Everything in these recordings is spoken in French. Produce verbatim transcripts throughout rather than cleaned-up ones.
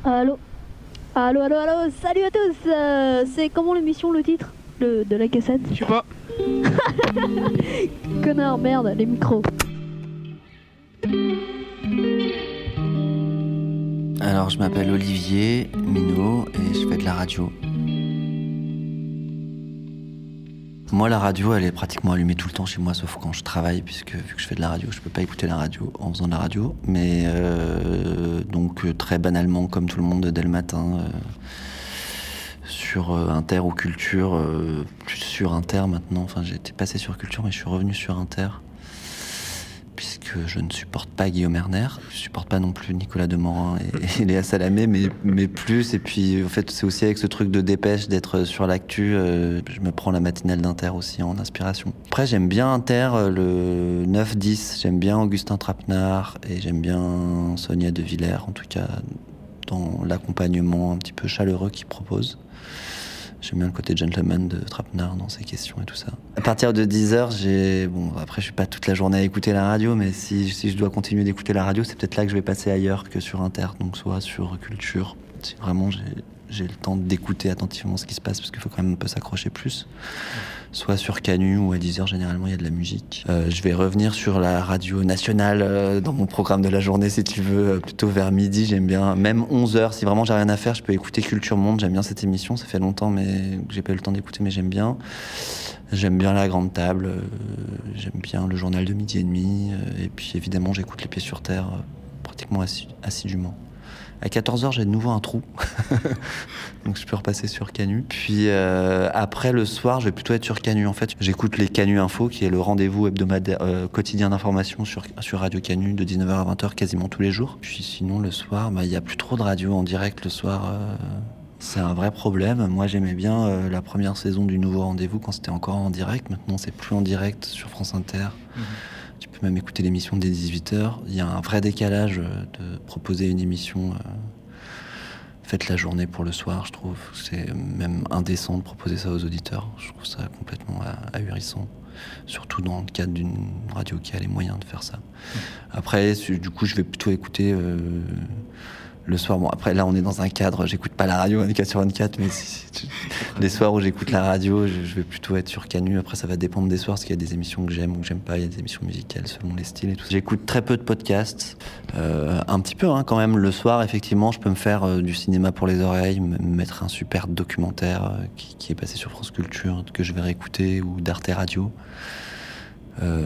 Allô Allô, allô, allô, salut à tous euh, C'est comment l'émission, le titre de, de la cassette? Je sais pas. Connard, merde, les micros. Alors, je m'appelle Olivier Minot et je fais de la radio. Moi, la radio, elle est pratiquement allumée tout le temps chez moi, sauf quand je travaille, puisque vu que je fais de la radio, je peux pas écouter la radio en faisant de la radio. Mais euh, donc, euh, très banalement, comme tout le monde, dès le matin, euh, sur euh, Inter ou Culture, euh, plus sur Inter maintenant. Enfin, j'étais passé sur Culture, mais je suis revenu sur Inter, puisque je ne supporte pas Guillaume Erner, je supporte pas non plus Nicolas Demorand et, et Léa Salamé, mais, mais plus. Et puis, en fait, c'est aussi avec ce truc de dépêche, d'être sur l'actu, euh, je me prends la matinale d'Inter aussi en inspiration. Après, j'aime bien Inter, le neuf dix, j'aime bien Augustin Trapenard, et j'aime bien Sonia De Villers, en tout cas, dans l'accompagnement un petit peu chaleureux qu'il propose. J'aime bien le côté gentleman de Trapenard dans ses questions et tout ça. À partir de dix heures, j'ai... Bon, après, je suis pas toute la journée à écouter la radio, mais si, si je dois continuer d'écouter la radio, c'est peut-être là que je vais passer ailleurs que sur Inter, donc soit sur Culture, si vraiment j'ai, j'ai le temps d'écouter attentivement ce qui se passe, parce qu'il faut quand même un peu s'accrocher plus. Soit sur Canu, où à dix heures, généralement, il y a de la musique. Euh, je vais revenir sur la radio nationale euh, dans mon programme de la journée, si tu veux, euh, plutôt vers midi. J'aime bien, même onze heures, si vraiment j'ai rien à faire, je peux écouter Culture Monde. J'aime bien cette émission, ça fait longtemps mais que j'ai pas eu le temps d'écouter, mais j'aime bien. J'aime bien La Grande Table, euh, j'aime bien le journal de midi et demi, euh, et puis évidemment, j'écoute Les Pieds sur Terre euh, pratiquement assi- assidûment. À quatorze heures, j'ai de nouveau un trou, donc je peux repasser sur Canu. Puis euh, après, le soir, je vais plutôt être sur Canu. En fait, j'écoute les Canu Info, qui est le rendez-vous hebdomadaire euh, quotidien d'information sur, sur Radio Canu de dix-neuf heures à vingt heures quasiment tous les jours. Puis sinon, le soir, bah, il n'y a plus trop de radio en direct le soir. Euh, c'est un vrai problème. Moi, j'aimais bien euh, la première saison du Nouveau Rendez-vous quand c'était encore en direct. Maintenant, c'est plus en direct sur France Inter. Mmh. Tu peux même écouter l'émission dès dix-huit heures. Il y a un vrai décalage de proposer une émission euh, faite la journée pour le soir, je trouve. C'est même indécent de proposer ça aux auditeurs. Je trouve ça complètement ahurissant. Surtout dans le cadre d'une radio qui a les moyens de faire ça. Après, du coup, je vais plutôt écouter... Euh, le soir, bon après là on est dans un cadre, j'écoute pas la radio vingt-quatre sur vingt-quatre, mais si, si, les soirs où j'écoute la radio, je, je vais plutôt être sur Canu. Après ça va dépendre des soirs, parce qu'il y a des émissions que j'aime ou que j'aime pas, il y a des émissions musicales selon les styles et tout. J'écoute très peu de podcasts, euh, un petit peu hein, quand même le soir. Effectivement, je peux me faire euh, du cinéma pour les oreilles, me mettre un super documentaire euh, qui, qui est passé sur France Culture que je vais réécouter, ou d'Arte Radio. Euh,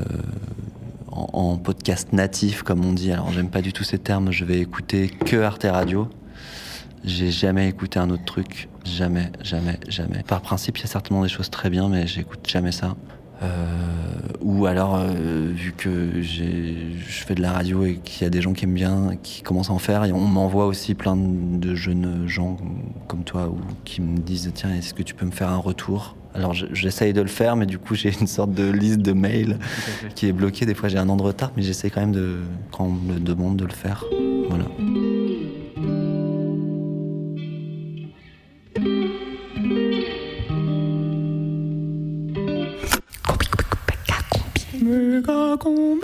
En, en podcast natif, comme on dit. Alors, j'aime pas du tout ces termes. Je vais écouter que Arte Radio. J'ai jamais écouté un autre truc. Jamais, jamais, jamais. Par principe, il y a certainement des choses très bien, mais j'écoute jamais ça. Euh, ou alors, euh, vu que j'ai, je fais de la radio et qu'il y a des gens qui aiment bien, qui commencent à en faire, et on m'envoie aussi plein de jeunes gens comme toi, ou qui me disent « Tiens, est-ce que tu peux me faire un retour ?» Alors j'essaye de le faire, mais du coup j'ai une sorte de liste de mails qui est bloquée. Des fois j'ai un an de retard, mais j'essaie quand même de, quand on me le demande, de le faire. Voilà. Méga combi.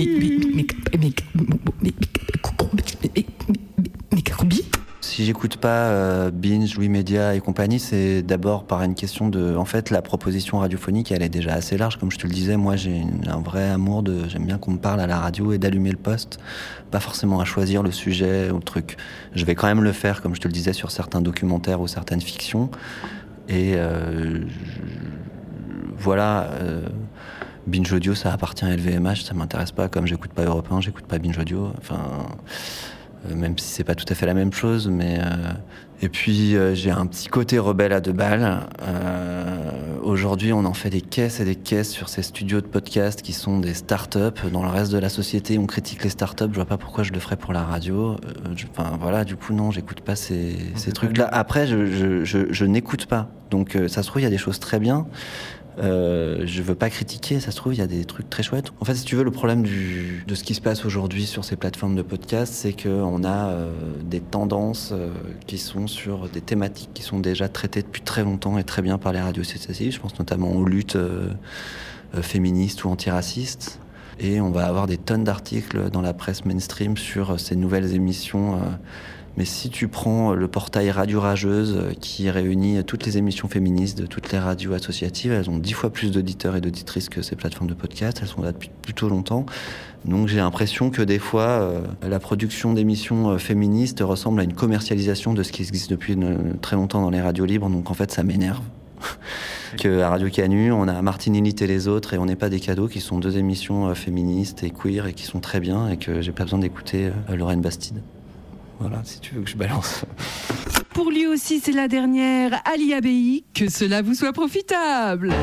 Si j'écoute pas euh, Binge, Louis Média et compagnie, c'est d'abord par une question de... En fait, la proposition radiophonique, elle est déjà assez large. Comme je te le disais, moi, j'ai une, un vrai amour de... J'aime bien qu'on me parle à la radio et d'allumer le poste. Pas forcément à choisir le sujet ou le truc. Je vais quand même le faire, comme je te le disais, sur certains documentaires ou certaines fictions. Et euh, je... voilà... Euh... Binge Audio, ça appartient à L V M H, ça m'intéresse pas. Comme j'écoute pas Europe un, j'écoute pas Binge Audio. Enfin... Euh, même si c'est pas tout à fait la même chose, mais euh... et puis euh, j'ai un petit côté rebelle à deux balles. Euh... Aujourd'hui, on en fait des caisses et des caisses sur ces studios de podcast qui sont des start-up. Dans le reste de la société, on critique les start-up. Je vois pas pourquoi je le ferais pour la radio. Euh, je... Enfin voilà, du coup non, j'écoute pas ces, ces trucs-là. Après, je, je, je, je n'écoute pas. Donc euh, ça se trouve, il y a des choses très bien. Euh, je veux pas critiquer, ça se trouve il y a des trucs très chouettes. En fait, si tu veux, le problème du, de ce qui se passe aujourd'hui sur ces plateformes de podcast, c'est qu'on a euh, des tendances euh, qui sont sur des thématiques qui sont déjà traitées depuis très longtemps et très bien par les radios associatives. Je pense notamment aux luttes euh, euh, féministes ou antiracistes. Et on va avoir des tonnes d'articles dans la presse mainstream sur ces nouvelles émissions. Mais si tu prends le portail Radio Rageuse, qui réunit toutes les émissions féministes de toutes les radios associatives, elles ont dix fois plus d'auditeurs et d'auditrices que ces plateformes de podcast. Elles sont là depuis plutôt longtemps. Donc j'ai l'impression que des fois, euh, la production d'émissions euh, féministes ressemble à une commercialisation de ce qui existe depuis une, très longtemps dans les radios libres. Donc en fait, ça m'énerve. Qu'à Radio Canu, on a Martine Elite et les autres, et On n'est pas des cadeaux, qui sont deux émissions euh, féministes et queer, et qui sont très bien, et que j'ai pas besoin d'écouter euh, Lorraine Bastide. Voilà, si tu veux que je balance. Pour lui aussi, c'est la dernière. Ali Abei, que cela vous soit profitable.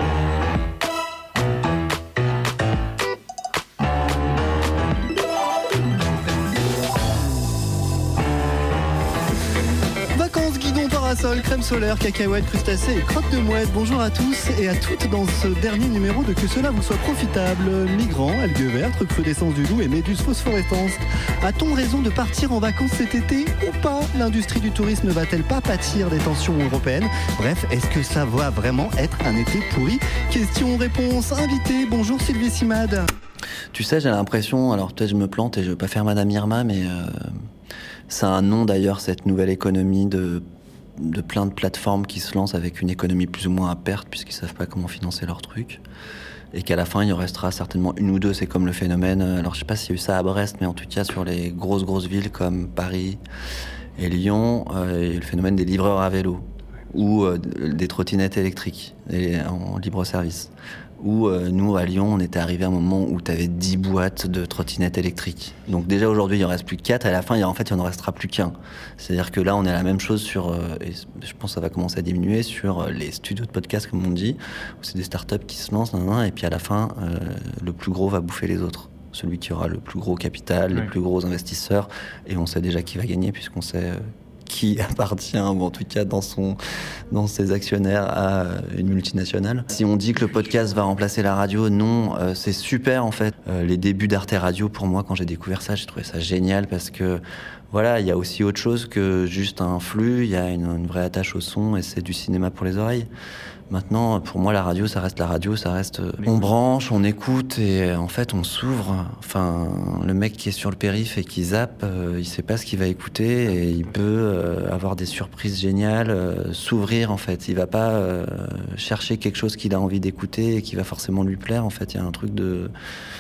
Vacances, guidon, parasol, crème solaire, cacahuètes, crustacés et crottes de mouette. Bonjour à tous et à toutes dans ce dernier numéro de Que cela vous soit profitable. Migrants, algues vertes, recrudescence du loup et méduses phosphorescentes. A-t-on raison de partir en vacances cet été ou pas? L'industrie du tourisme ne va-t-elle pas pâtir des tensions européennes? Bref, est-ce que ça va vraiment être un été pourri? Question-réponse, invité. Bonjour Sylvie Simad. Tu sais, j'ai l'impression, alors peut-être je me plante et je veux pas faire Madame Irma, mais euh, c'est un nom d'ailleurs, cette nouvelle économie de, de plein de plateformes qui se lancent avec une économie plus ou moins à perte puisqu'ils savent pas comment financer leur truc. Et qu'à la fin, il en restera certainement une ou deux. C'est comme le phénomène, alors je sais pas s'il y a eu ça à Brest, mais en tout cas sur les grosses grosses villes comme Paris et Lyon, euh, il y a le phénomène des livreurs à vélo ou euh, des trottinettes électriques et en libre service. Où euh, nous, à Lyon, on était arrivé à un moment où tu avais dix boîtes de trottinettes électriques. Donc déjà aujourd'hui, il en reste plus que quatre. À la fin, il y a, en fait, il en restera plus qu'un. C'est-à-dire que là, on est à la même chose sur, euh, et je pense que ça va commencer à diminuer, sur euh, les studios de podcast, comme on dit, où c'est des startups qui se lancent, nan, nan, et puis à la fin, euh, le plus gros va bouffer les autres. Celui qui aura le plus gros capital, oui. Les plus gros investisseurs, et on sait déjà qui va gagner, puisqu'on sait... Euh, qui appartient, ou en tout cas dans, son, dans ses actionnaires, à une multinationale. Si on dit que le podcast va remplacer la radio, non, euh, c'est super en fait. Euh, les débuts d'Arte Radio, pour moi, quand j'ai découvert ça, j'ai trouvé ça génial parce que voilà, il y a aussi autre chose que juste un flux, il y a une, une vraie attache au son et c'est du cinéma pour les oreilles. Maintenant, pour moi, la radio, ça reste la radio, ça reste... On branche, on écoute et en fait, on s'ouvre. Enfin, le mec qui est sur le périph' et qui zappe, euh, il sait pas ce qu'il va écouter et il peut euh, avoir des surprises géniales, euh, s'ouvrir en fait. Il va pas euh, chercher quelque chose qu'il a envie d'écouter et qui va forcément lui plaire. En fait, il y a un truc de...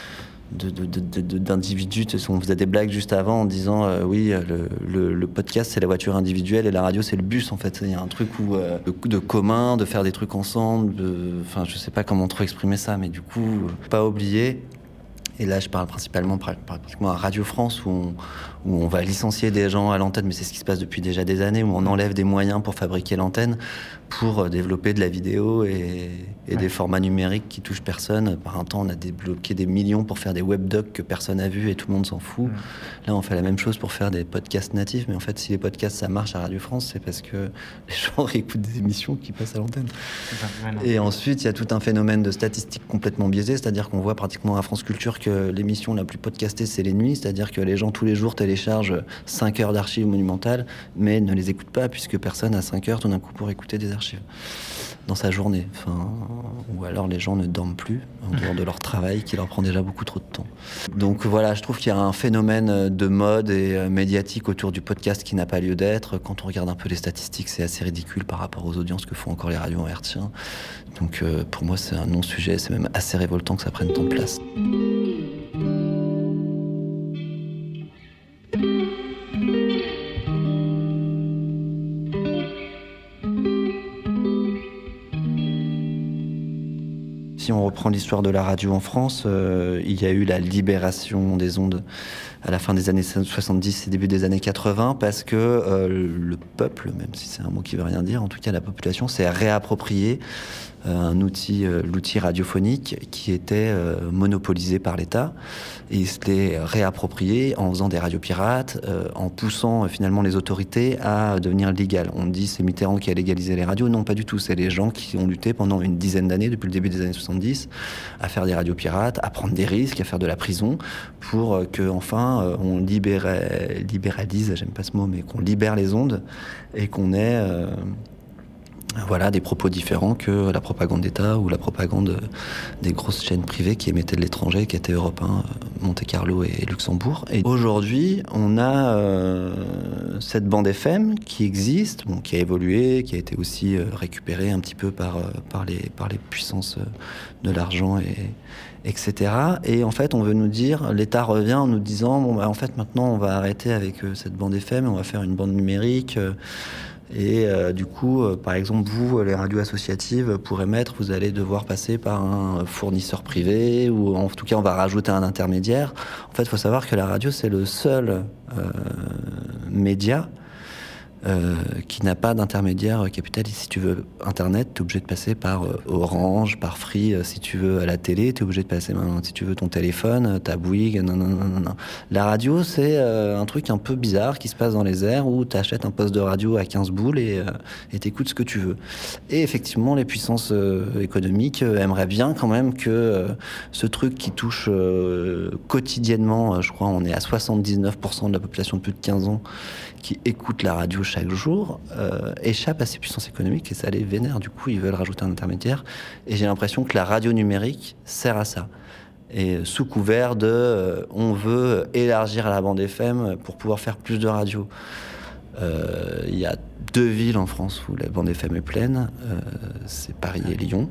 De, de, de, de, d'individus. On faisait des blagues juste avant en disant euh, oui, le, le, le podcast c'est la voiture individuelle et la radio c'est le bus en fait. Il y a un truc où, euh, de, de commun, de faire des trucs ensemble, enfin je sais pas comment trop exprimer ça, mais du coup, euh, pas oublier. Et là, je parle principalement pratiquement à Radio France où on, où on va licencier des gens à l'antenne, mais c'est ce qui se passe depuis déjà des années, où on enlève des moyens pour fabriquer l'antenne, pour développer de la vidéo et, et ouais. Des formats numériques qui touchent personne. Par un temps, on a débloqué des millions pour faire des webdocs que personne n'a vu et tout le monde s'en fout. Ouais. Là, on fait la même chose pour faire des podcasts natifs, mais en fait, si les podcasts, ça marche à Radio France, c'est parce que les gens réécoutent des émissions qui passent à l'antenne. Ouais, et ensuite, il y a tout un phénomène de statistiques complètement biaisées, c'est-à-dire qu'on voit pratiquement à France Culture que l'émission la plus podcastée, c'est les nuits, c'est-à-dire que les gens tous les jours téléchargent cinq heures d'archives monumentales, mais ne les écoutent pas puisque personne a cinq heures tout d'un coup pour écouter des archives dans sa journée. Enfin, ou alors les gens ne dorment plus en dehors de leur travail qui leur prend déjà beaucoup trop de temps. Donc voilà, je trouve qu'il y a un phénomène de mode et médiatique autour du podcast qui n'a pas lieu d'être. Quand on regarde un peu les statistiques, c'est assez ridicule par rapport aux audiences que font encore les radios en hertzien. Donc euh, pour moi, c'est un non-sujet, c'est même assez révoltant que ça prenne tant de place. Si on reprend l'histoire de la radio en France, euh, il y a eu la libération des ondes à la fin des années soixante-dix et début des années quatre-vingts parce que euh, le peuple, même si c'est un mot qui veut rien dire, en tout cas la population s'est réapproprié euh, un outil, euh, l'outil radiophonique qui était euh, monopolisé par l'État et il se l'est réapproprié en faisant des radios pirates, euh, en poussant euh, finalement les autorités à devenir légales. On dit c'est Mitterrand qui a légalisé les radios, non pas du tout, c'est les gens qui ont lutté pendant une dizaine d'années, depuis le début des années soixante-dix, à faire des radios pirates, à prendre des risques, à faire de la prison pour euh, que enfin euh, on libéra- libéralise, j'aime pas ce mot, mais qu'on libère les ondes et qu'on ait euh, Voilà, des propos différents que la propagande d'État ou la propagande des grosses chaînes privées qui émettaient de l'étranger, qui étaient Europe un, Monte-Carlo et Luxembourg. Et aujourd'hui, on a euh, cette bande F M qui existe, bon, qui a évolué, qui a été aussi euh, récupérée un petit peu par, euh, par, les, par les puissances de l'argent, et, etc. Et en fait, on veut nous dire, l'État revient en nous disant, bon, bah, en fait, maintenant, on va arrêter avec euh, cette bande F M, on va faire une bande numérique. Euh, Et euh, du coup, euh, par exemple, vous, les radios associatives, pour émettre, vous allez devoir passer par un fournisseur privé, ou en tout cas, on va rajouter un intermédiaire. En fait, il faut savoir que la radio, c'est le seul euh, média euh, qui n'a pas d'intermédiaire capitaliste. Si tu veux Internet, tu es obligé de passer par euh, Orange, par Free. Si tu veux à la télé, tu es obligé de passer maintenant. Si tu veux ton téléphone, t'as Bouygues. Non, non, non, non. La radio, c'est euh, un truc un peu bizarre qui se passe dans les airs où tu achètes un poste de radio à quinze boules et euh, t'écoutes ce que tu veux. Et effectivement, les puissances euh, économiques euh, aimeraient bien quand même que euh, ce truc qui touche euh, quotidiennement, euh, je crois, on est à soixante-dix-neuf pour cent de la population de plus de quinze ans qui écoute la radio chaque jour, euh, échappe à ces puissances économiques et ça les vénère. Du coup, ils veulent rajouter un intermédiaire. Et j'ai l'impression que la radio numérique sert à ça. Et sous couvert de euh, on veut élargir la bande F M pour pouvoir faire plus de radio. Il euh, y a deux villes en France où la bande F M est pleine, euh, c'est Paris et Lyon.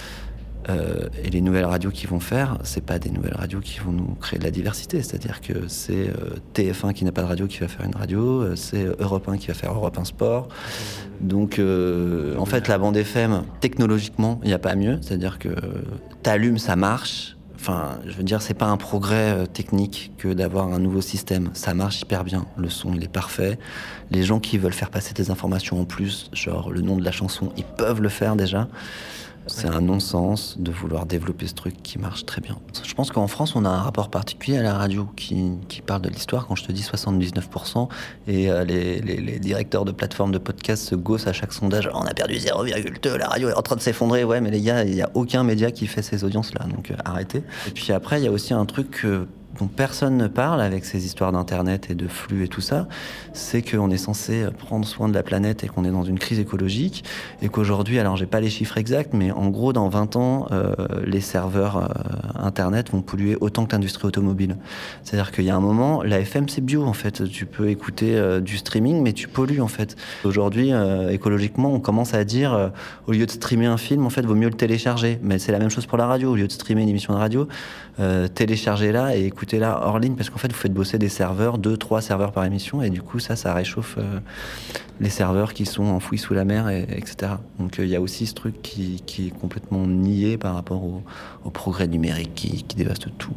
Euh, et les nouvelles radios qu'ils vont faire, c'est pas des nouvelles radios qui vont nous créer de la diversité, c'est-à-dire que c'est euh, T F un qui n'a pas de radio qui va faire une radio, euh, c'est Europe un qui va faire Europe un Sport. Donc euh, en fait la bande F M, technologiquement, il n'y a pas mieux, c'est-à-dire que t'allumes, ça marche. Enfin, je veux dire, c'est pas un progrès euh, technique que d'avoir un nouveau système. Ça marche hyper bien. Le son, il est parfait. Les gens qui veulent faire passer des informations en plus, genre le nom de la chanson, ils peuvent le faire déjà. C'est un non-sens de vouloir développer ce truc qui marche très bien. Je pense qu'en France, on a un rapport particulier à la radio qui, qui parle de l'histoire. Quand je te dis soixante-dix-neuf pour cent, et euh, les, les, les directeurs de plateformes de podcasts se gaussent à chaque sondage. Oh, on a perdu zéro virgule deux, la radio est en train de s'effondrer. Ouais, mais les gars, il n'y a aucun média qui fait ces audiences-là, donc euh, arrêtez. Et puis après, il y a aussi un truc euh, dont personne ne parle avec ces histoires d'internet et de flux et tout ça, c'est qu'on est censé prendre soin de la planète et qu'on est dans une crise écologique et qu'aujourd'hui, alors j'ai pas les chiffres exacts, mais en gros dans vingt ans, euh, les serveurs euh, internet vont polluer autant que l'industrie automobile. C'est-à-dire qu'il y a un moment, la F M c'est bio en fait, tu peux écouter euh, du streaming mais tu pollues en fait. Aujourd'hui, euh, écologiquement, on commence à dire euh, au lieu de streamer un film, en fait, vaut mieux le télécharger. Mais c'est la même chose pour la radio, au lieu de streamer une émission de radio, euh, téléchargez-la et écoutez-la hors ligne, parce qu'en fait vous faites bosser des serveurs, deux, trois serveurs par émission, et du coup ça, ça réchauffe euh, les serveurs qui sont enfouis sous la mer, et, etc. Donc il euh, y a aussi ce truc qui, qui est complètement nié par rapport au, au progrès numérique qui, qui dévaste tout.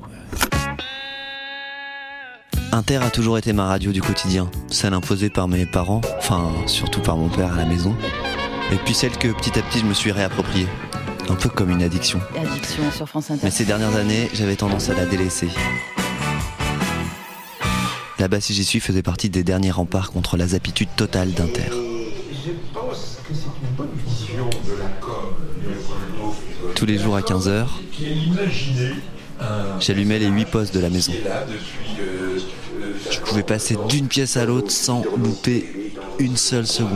Inter a toujours été ma radio du quotidien, celle imposée par mes parents, enfin surtout par mon père à la maison, et puis celle que petit à petit je me suis réappropriée. Un peu comme une addiction. Addiction sur France Inter. Mais ces dernières années, j'avais tendance à la délaisser. Là-bas, si j'y suis, faisait partie des derniers remparts contre la zappitude totale d'Inter. Je pense que c'est une bonne vision de la com. Tous les jours à quinze heures, j'allumais les huit postes de la maison. Je pouvais passer d'une pièce à l'autre sans louper une seule seconde.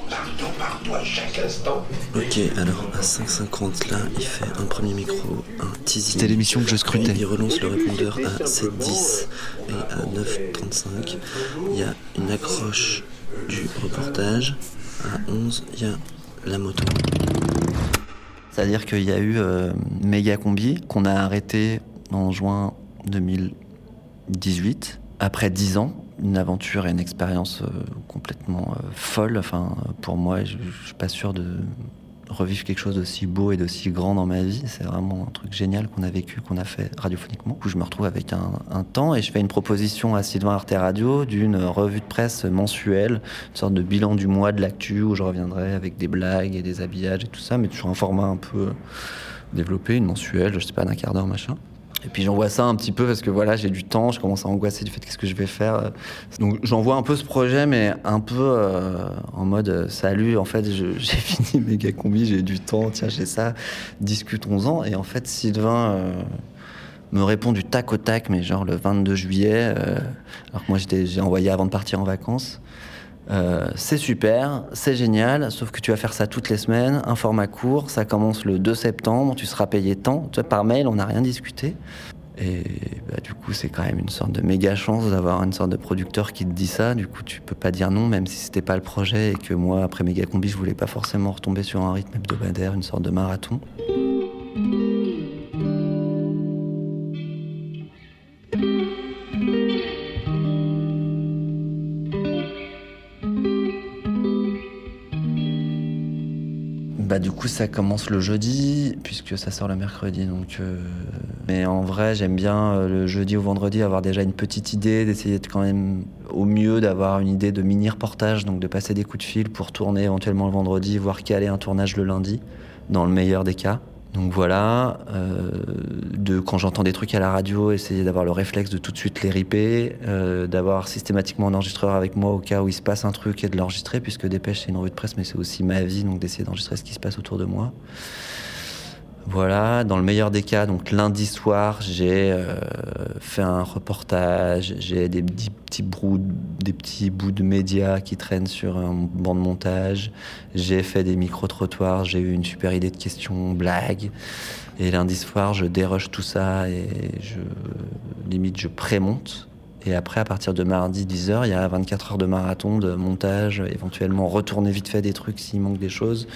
Ok, alors à cinq cinquante là, il fait un premier micro, un teasing. C'était l'émission que je scrutais. Il relance le répondeur à sept dix et à neuf trente-cinq. Il y a une accroche du reportage. À onze, il y a la moto. C'est-à-dire qu'il y a eu euh, Méga Combi qu'on a arrêté en juin deux mille dix-huit, après dix ans. Une aventure et une expérience euh, complètement euh, folle. Enfin, pour moi, je, je suis pas sûr de revivre quelque chose d'aussi beau et d'aussi grand dans ma vie. C'est vraiment un truc génial qu'on a vécu, qu'on a fait radiophoniquement. Où je me retrouve avec un, un temps et je fais une proposition à Sylvain Arte Radio d'une revue de presse mensuelle, une sorte de bilan du mois de l'actu où je reviendrai avec des blagues et des habillages et tout ça, mais toujours un format un peu développé, une mensuelle, je sais pas, d'un quart d'heure, machin. Et puis j'envoie ça un petit peu parce que voilà, j'ai du temps, je commence à angoisser du fait qu'est-ce que je vais faire. Donc j'envoie un peu ce projet, mais un peu euh, en mode euh, salut, en fait je, j'ai fini Méga Combi, j'ai du temps, tiens j'ai ça, discutons-en. Et en fait Sylvain euh, me répond du tac au tac, mais genre le vingt-deux juillet, euh, alors que moi j'étais, j'ai envoyé avant de partir en vacances. Euh, c'est super, c'est génial, sauf que tu vas faire ça toutes les semaines, un format court, ça commence le deux septembre, tu seras payé tant, tu vois, par mail, on n'a rien discuté. Et bah, du coup, c'est quand même une sorte de méga chance d'avoir une sorte de producteur qui te dit ça. Du coup, tu peux pas dire non, même si c'était pas le projet et que moi, après Méga Combi, je voulais pas forcément retomber sur un rythme hebdomadaire, une sorte de marathon. Bah du coup ça commence le jeudi puisque ça sort le mercredi donc euh... mais en vrai j'aime bien euh, le jeudi ou vendredi avoir déjà une petite idée, d'essayer de quand même au mieux d'avoir une idée de mini reportage, donc de passer des coups de fil pour tourner éventuellement le vendredi, voire caler un tournage le lundi dans le meilleur des cas. Donc voilà, euh, de, quand j'entends des trucs à la radio, essayer d'avoir le réflexe de tout de suite les ripper, euh, d'avoir systématiquement un enregistreur avec moi au cas où il se passe un truc et de l'enregistrer, puisque Dépêche c'est une revue de presse, mais c'est aussi ma vie, donc d'essayer d'enregistrer ce qui se passe autour de moi. Voilà, dans le meilleur des cas, donc lundi soir, j'ai euh, fait un reportage, j'ai des petits, petits, brous, des petits bouts de médias qui traînent sur un banc de montage, j'ai fait des micro-trottoirs, j'ai eu une super idée de questions, blagues, et lundi soir, je dérush tout ça et je, limite, je prémonte. Et après, à partir de mardi dix heures, il y a vingt-quatre heures de marathon, de montage, éventuellement retourner vite fait des trucs s'il manque des choses,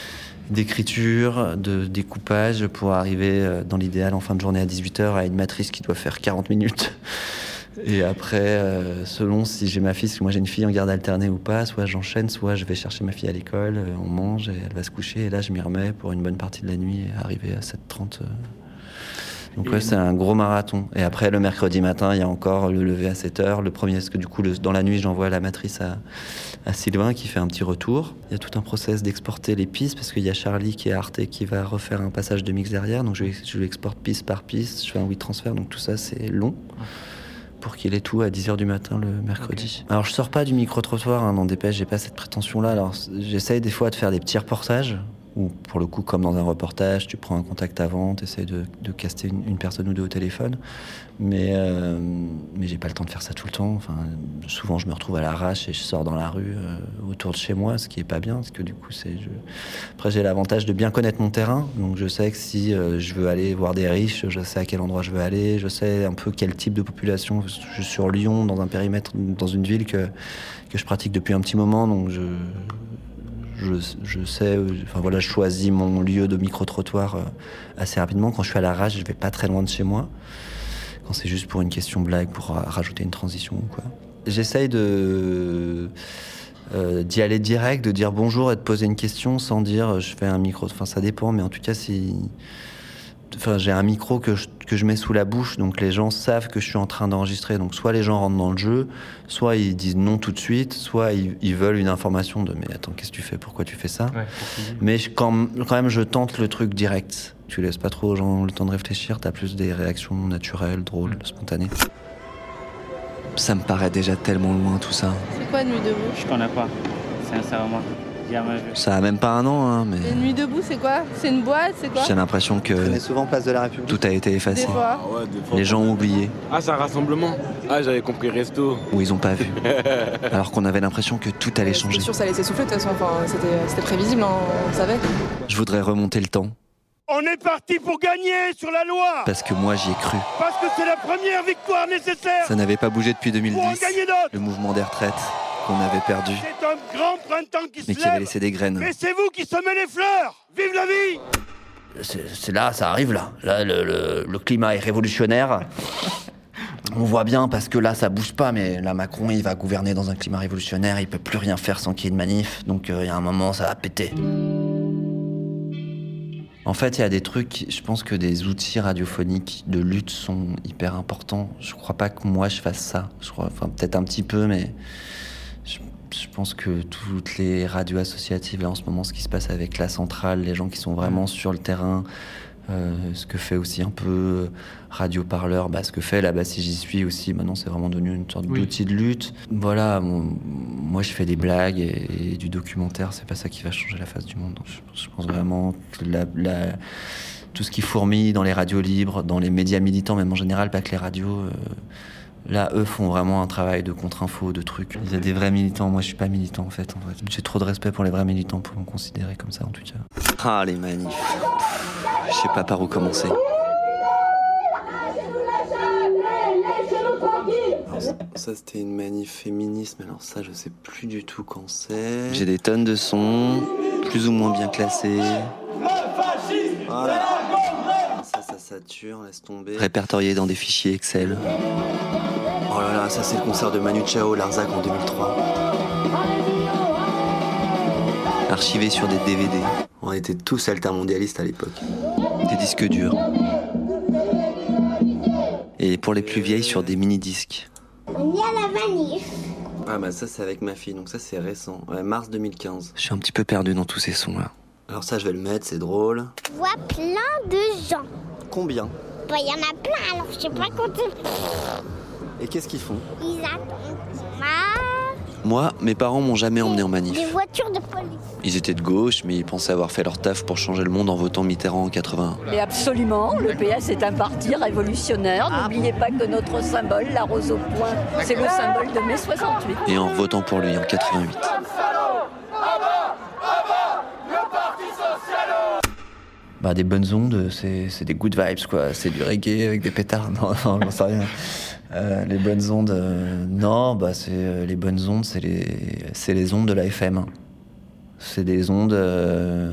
d'écriture, de découpage pour arriver dans l'idéal en fin de journée à dix-huit heures à une matrice qui doit faire quarante minutes. Et après, euh, selon si j'ai ma fille, parce que moi j'ai une fille en garde alternée ou pas, soit j'enchaîne, soit je vais chercher ma fille à l'école, euh, on mange et elle va se coucher et là je m'y remets pour une bonne partie de la nuit et arriver à sept heures trente. Euh... Donc ouais, c'est un gros marathon. Et après, le mercredi matin, il y a encore le lever à sept heures. Le premier, parce que du coup, le, dans la nuit, j'envoie la matrice à, à Sylvain qui fait un petit retour. Il y a tout un process d'exporter les pistes, parce qu'il y a Charlie qui est à Arte qui va refaire un passage de mix derrière. Donc je, je lui exporte piste par piste, je fais un oui transfert, donc tout ça, c'est long. Pour qu'il ait tout à dix heures du matin le mercredi. Okay. Alors je sors pas du micro-trottoir, hein, dans Dépêche, j'ai pas cette prétention-là. Alors j'essaye des fois de faire des petits reportages, où pour le coup, comme dans un reportage, tu prends un contact avant, tu essaies de, de caster une, une personne ou deux au téléphone. Mais, euh, mais j'ai pas le temps de faire ça tout le temps. Enfin, souvent, je me retrouve à l'arrache et je sors dans la rue euh, autour de chez moi, ce qui est pas bien, parce que du coup, c'est... Je... Après, j'ai l'avantage de bien connaître mon terrain. Donc, je sais que si euh, je veux aller voir des riches, je sais à quel endroit je veux aller, je sais un peu quel type de population. Je suis sur Lyon, dans un périmètre, dans une ville que, que je pratique depuis un petit moment, donc je... Je, je sais, enfin voilà, je choisis mon lieu de micro-trottoir euh, assez rapidement. Quand je suis à l'arrache, je vais pas très loin de chez moi. Quand c'est juste pour une question blague, pour euh, rajouter une transition ou quoi. J'essaye de, euh, d'y aller direct, de dire bonjour et de poser une question sans dire je fais un micro. Enfin, ça dépend, mais en tout cas, si... Enfin, j'ai un micro que je, que je mets sous la bouche, donc les gens savent que je suis en train d'enregistrer. Donc soit les gens rentrent dans le jeu, soit ils disent non tout de suite, soit ils, ils veulent une information de mais attends, qu'est-ce que tu fais, pourquoi tu fais ça, ouais, mais je, quand, quand même je tente le truc direct. Tu laisses pas trop aux gens le temps de réfléchir, t'as plus des réactions naturelles, drôles, mmh. spontanées. Ça me paraît déjà tellement loin tout ça. C'est quoi Nuit debout? Je connais pas, sincèrement. Ça a même pas un an, hein, mais... Et Nuit debout, c'est quoi? C'est une boîte, c'est quoi? J'ai l'impression que on est souvent place de la République. Tout a été effacé. Des fois. Ah ouais, des fois. Les gens ont oublié. Ah, c'est un rassemblement. Ah, j'avais compris resto. Ou ils ont pas vu. Alors qu'on avait l'impression que tout allait changer. C'était sûr, ça laissait souffler de toute façon. Enfin, c'était, c'était prévisible, hein, on savait. Je voudrais remonter le temps. On est parti pour gagner sur la loi. Parce que moi, j'y ai cru. Parce que c'est la première victoire nécessaire. Ça n'avait pas bougé depuis deux mille dix. Pour en gagner d'autres. Le mouvement des retraites qu'on avait perdu. C'est un grand printemps qui se mais lève. qui avait laissé des graines. Mais c'est vous qui semez les fleurs. Vive la vie. C'est, c'est là, ça arrive là. Là, le, le, le climat est révolutionnaire. On voit bien parce que là, ça bouge pas. Mais là, Macron, il va gouverner dans un climat révolutionnaire. Il peut plus rien faire sans qu'il y ait une manif. Donc, il euh, y a un moment, ça va péter. En fait, il y a des trucs, je pense que des outils radiophoniques de lutte sont hyper importants. Je crois pas que moi je fasse ça. Je crois, enfin, peut-être un petit peu, mais je, je pense que toutes les radios associatives, là en ce moment, ce qui se passe avec la centrale, les gens qui sont vraiment sur le terrain, euh, ce que fait aussi un peu Radio Parleur, bah, ce que fait là-bas si j'y suis aussi, maintenant c'est vraiment devenu une sorte oui. d'outil de lutte. Voilà, bon, moi je fais des blagues et, et du documentaire, c'est pas ça qui va changer la face du monde. Donc, je, je pense vraiment que la, la, tout ce qui fourmille dans les radios libres, dans les médias militants, même en général, pas que les radios, euh, Là, eux font vraiment un travail de contre-info, de trucs. Il y a des vrais militants. Moi, je suis pas militant, en fait. En fait. J'ai trop de respect pour les vrais militants pour me considérer comme ça, en tout cas. Ah, les manifs. Je sais pas par où commencer. Alors, ça, ça, c'était une manif féministe, mais alors ça, je sais plus du tout quand c'est. J'ai des tonnes de sons, plus ou moins bien classés. Voilà. Ça, ça sature, laisse tomber. Répertorié dans des fichiers Excel. Oh là là, ça c'est le concert de Manu Chao, Larzac en deux mille trois. Archivé sur des D V D. On était tous altermondialistes à l'époque. Des disques durs. Et pour les plus vieilles, sur des mini-disques. On y a la manif. Ah bah ça c'est avec ma fille, donc ça c'est récent. Ouais, mars deux mille quinze. Je suis un petit peu perdu dans tous ces sons là. Alors ça je vais le mettre, c'est drôle. Je vois plein de gens. Combien? Bah il y en a plein, alors je sais pas compter. Et qu'est-ce qu'ils font? Ils attendent. Ah. Moi, mes parents m'ont jamais emmené en manif. Des voitures de police. Ils étaient de gauche, mais ils pensaient avoir fait leur taf pour changer le monde en votant Mitterrand en quatre-vingt-un. Mais absolument, le P S est un parti révolutionnaire. N'oubliez pas que notre symbole, la rose au poing, c'est le symbole de mai soixante-huit. Et en votant pour lui en quatre-vingt-huit. Bah, des bonnes ondes, c'est, c'est des good vibes, quoi. C'est du reggae avec des pétards. Non, non, j'en sais rien. Euh, les bonnes ondes, euh, non, bah, c'est, euh, les bonnes ondes, c'est les, c'est les ondes de la F M. C'est des ondes euh,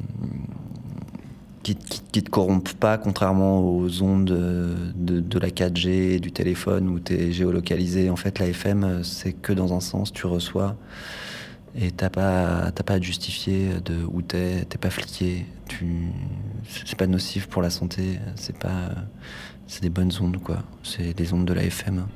qui, qui, qui te corrompent pas, contrairement aux ondes de, de, de la quatre G et du téléphone où t'es géolocalisé. En fait, la F M, c'est que dans un sens, tu reçois. Et t'as pas, t'as pas à te justifier de où t'es, t'es pas fliqué, tu, c'est pas nocif pour la santé, c'est pas, c'est des bonnes ondes quoi, c'est des ondes de la F M.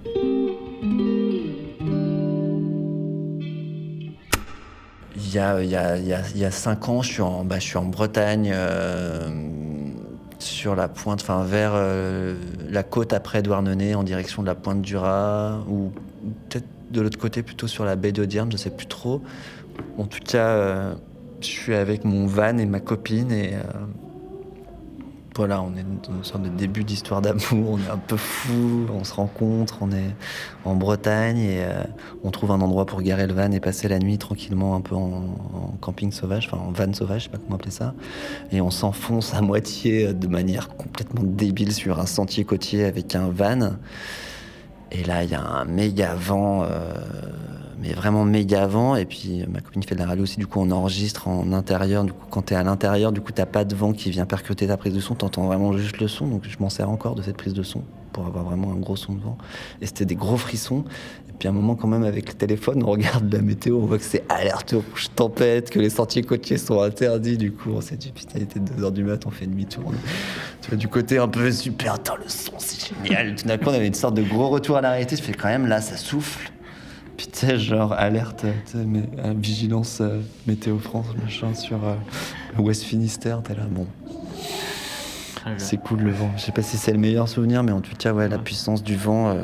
Il y a, il y a, il y a, il y a cinq ans, je suis en, bah, je suis en Bretagne, euh, sur la pointe, enfin vers euh, la côte après Douarnenez, en direction de la pointe du Raz, ou peut-être de l'autre côté, plutôt sur la baie d'Audierne, je sais plus trop. En tout cas, euh, je suis avec mon van et ma copine et euh, voilà, on est dans une sorte de début d'histoire d'amour. On est un peu fous, on se rencontre, on est en Bretagne et euh, on trouve un endroit pour garer le van et passer la nuit tranquillement un peu en, en camping sauvage, enfin en van sauvage, je sais pas comment appeler ça. Et on s'enfonce à moitié de manière complètement débile sur un sentier côtier avec un van. Et là, il y a un méga vent, euh, mais vraiment méga vent. Et puis, ma copine fait de la radio aussi. Du coup, on enregistre en intérieur. Du coup, quand t'es à l'intérieur, du coup, t'as pas de vent qui vient percuter ta prise de son. T'entends vraiment juste le son. Donc, je m'en sers encore de cette prise de son pour avoir vraiment un gros son de vent. Et c'était des gros frissons. Et puis, à un moment, quand même, avec le téléphone, on regarde la météo. On voit que c'est alerte rouge tempête, que les sentiers côtiers sont interdits. Du coup, on s'est dit, putain, il était deux heures du mat, on fait demi-tour. Tu vois, du côté un peu super, attends, le son, c'est génial. Tout d'un coup, on avait une sorte de gros retour à la réalité. Je fais quand même, là, ça souffle. Puis, tu sais, genre, alerte, tu sais, mais, euh, vigilance euh, Météo France, machin, sur euh, West Finistère. T'es là, bon. C'est cool le vent. Je sais pas si c'est le meilleur souvenir, mais en tout cas, ouais, la puissance du vent, euh,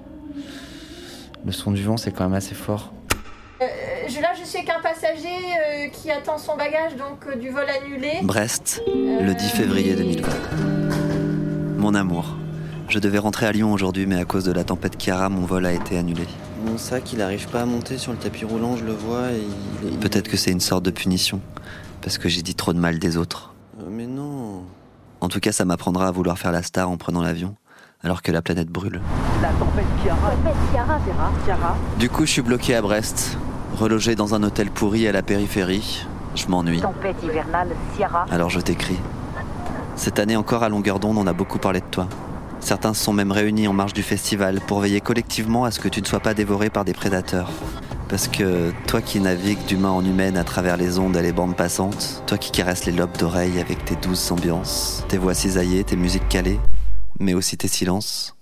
le son du vent, c'est quand même assez fort. Euh, je, là, je suis avec un passager euh, qui attend son bagage, donc euh, du vol annulé. Brest, euh... le dix février deux mille vingt. Mon amour, je devais rentrer à Lyon aujourd'hui, mais à cause de la tempête Chiara, mon vol a été annulé. Mon sac, il n'arrive pas à monter sur le tapis roulant, je le vois, et il est... Peut-être que c'est une sorte de punition, parce que j'ai dit trop de mal des autres. Euh, mais non. En tout cas, ça m'apprendra à vouloir faire la star en prenant l'avion, alors que la planète brûle. La tempête Chiara. Tempête Chiara, Vera. Chiara. Du coup, je suis bloqué à Brest, relogé dans un hôtel pourri à la périphérie. Je m'ennuie. Tempête hivernale, Ciara. Alors je t'écris. Cette année encore, à longueur d'onde, on a beaucoup parlé de toi. Certains se sont même réunis en marge du festival pour veiller collectivement à ce que tu ne sois pas dévoré par des prédateurs. Parce que toi qui navigues d'humain en humaine à travers les ondes et les bandes passantes, toi qui caresses les lobes d'oreilles avec tes douces ambiances, tes voix cisaillées, tes musiques calées, mais aussi tes silences.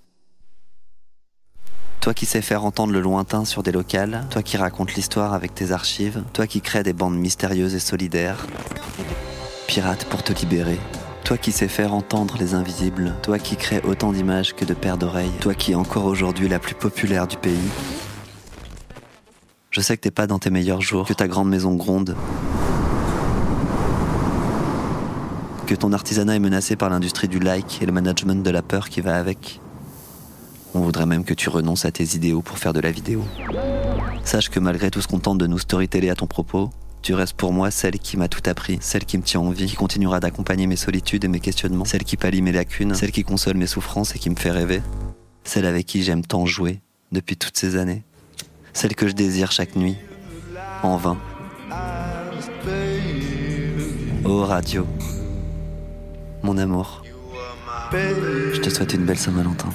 Toi qui sais faire entendre le lointain sur des locales, toi qui racontes l'histoire avec tes archives, toi qui crées des bandes mystérieuses et solidaires, pirate pour te libérer. Toi qui sais faire entendre les invisibles, toi qui crée autant d'images que de paires d'oreilles, toi qui es encore aujourd'hui la plus populaire du pays. Je sais que t'es pas dans tes meilleurs jours, que ta grande maison gronde, que ton artisanat est menacé par l'industrie du like et le management de la peur qui va avec. On voudrait même que tu renonces à tes idéaux pour faire de la vidéo. Sache que malgré tout ce qu'on tente de nous storyteller à ton propos, tu restes pour moi celle qui m'a tout appris, celle qui me tient en vie, qui continuera d'accompagner mes solitudes et mes questionnements, celle qui pallie mes lacunes, celle qui console mes souffrances et qui me fait rêver, celle avec qui j'aime tant jouer depuis toutes ces années, celle que je désire chaque nuit, en vain. Oh radio, mon amour, je te souhaite une belle Saint-Valentin.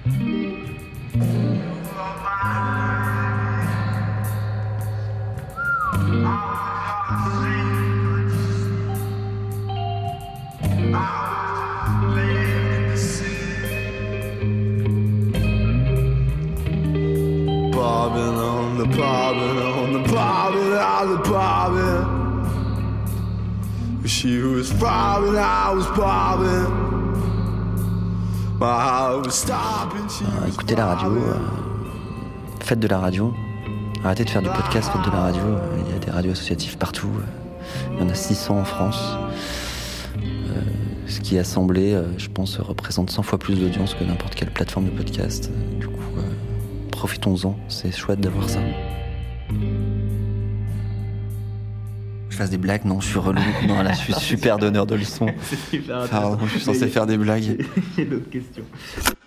Bobbing on the bobbing on the bobbing on the bobbing. She was bobbing, I was bobbing. My heart was stopping. Euh, écoutez la radio, euh, faites de la radio. Arrêtez de faire du podcast, faites de la radio. Il y a des radios associatives partout. Il y en a six cents en France. Euh, ce qui assemblé, euh, je pense, représente cent fois plus d'audience que n'importe quelle plateforme de podcast. Du coup, euh, profitons-en. C'est chouette d'avoir ça. Je fasse des blagues? Non, je suis relou. Non, là, je suis super donneur de leçons. C'est super Pardon, je suis censé faire des blagues. Il y a d'autres questions.